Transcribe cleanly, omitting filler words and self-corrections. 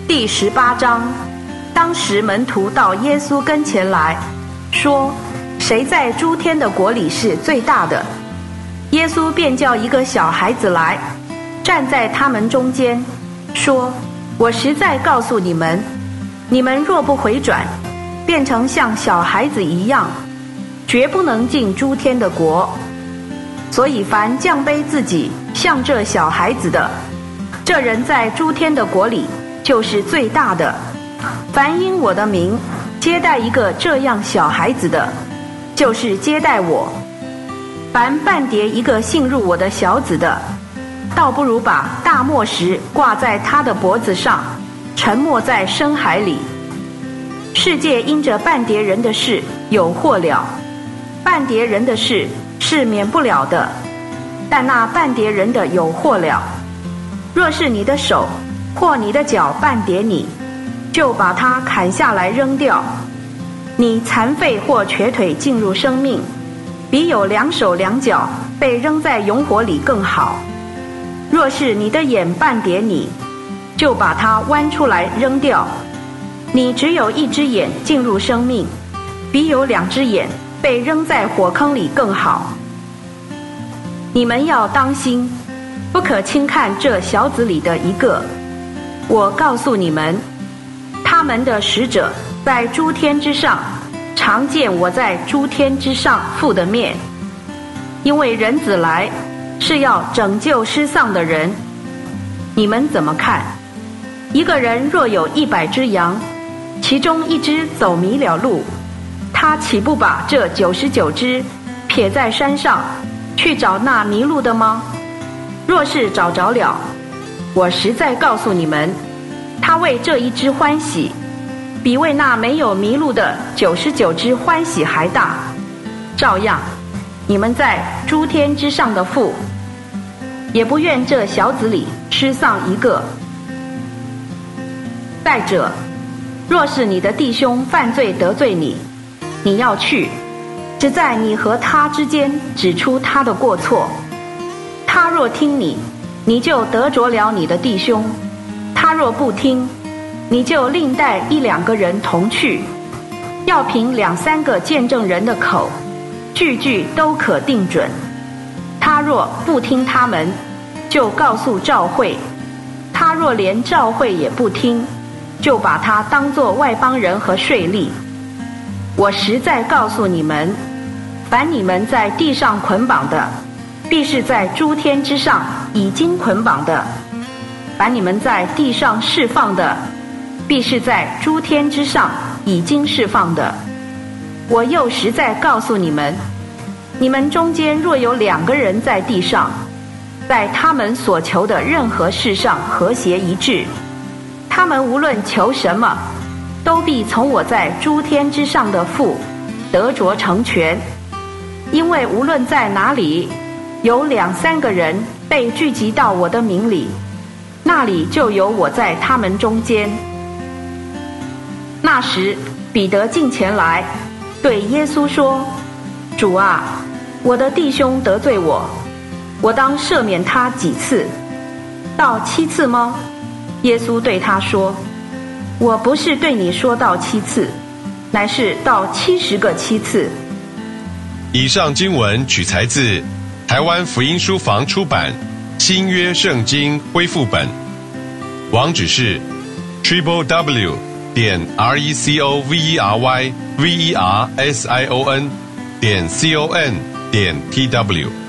第18章，当时门徒到耶稣跟前来，说：谁在诸天的国里是最大的？耶稣便叫一个小孩子来，站在他们中间，说：我实在告诉你们，你们若不回转，变成像小孩子一样，绝不能进诸天的国。所以凡降卑自己像这小孩子的，这人在诸天的国里就是最大的。凡因我的名接待一个这样小孩子的，就是接待我。凡半叠一个信入我的小子的，倒不如把大磨石挂在他的脖子上，沉没在深海里。世界因着半叠人的事有祸了，半叠人的事是免不了的，但那半叠人的有祸了。若是你的手或你的脚半叠你，就把它砍下来扔掉。你残废或瘸腿进入生命，比有2手2脚被扔在永火里更好。若是你的眼半叠你，就把它剜出来扔掉。你只有1只眼进入生命，比有2只眼被扔在火坑里更好。你们要当心，不可轻看这小子里的一个。我告诉你们，他们的使者在诸天之上，常见我在诸天之上父的面。因为人子来是要拯救失丧的人。你们怎么看？一个人若有100只羊，其中1只走迷了路，他岂不把这99只撇在山上，去找那迷路的吗？若是找着了，我实在告诉你们，他为这1只欢喜，比为那没有迷路的99只欢喜还大。照样，你们在诸天之上的父，也不愿这小子里失丧一个。再者，若是你的弟兄犯罪得罪你，你要去，只在你和他之间指出他的过错。他若听你，你就得着了你的弟兄；他若不听，你就另带1、2个人同去，要凭2、3个见证人的口，句句都可定准。他若不听他们，就告诉教会；他若连教会也不听，就把他当作外邦人和税吏。我实在告诉你们，凡你们在地上捆绑的，必是在诸天之上已经捆绑的；凡你们在地上释放的，必是在诸天之上已经释放的。我又实在告诉你们，你们中间若有2个人在地上，在他们所求的任何事上和谐一致，他们无论求什么，都必从我在诸天之上的父得着成全。因为无论在哪里有2、3个人被聚集到我的名里，那里就有我在他们中间。那时彼得近前来对耶稣说：主啊，我的弟兄得罪我，我当赦免他几次？到7次吗？耶稣对他说：我不是对你说到7次，乃是到70个7次。 以上经文取材自台湾福音书房出版新约圣经恢复本，网址是 www.recoveryversion.com.tw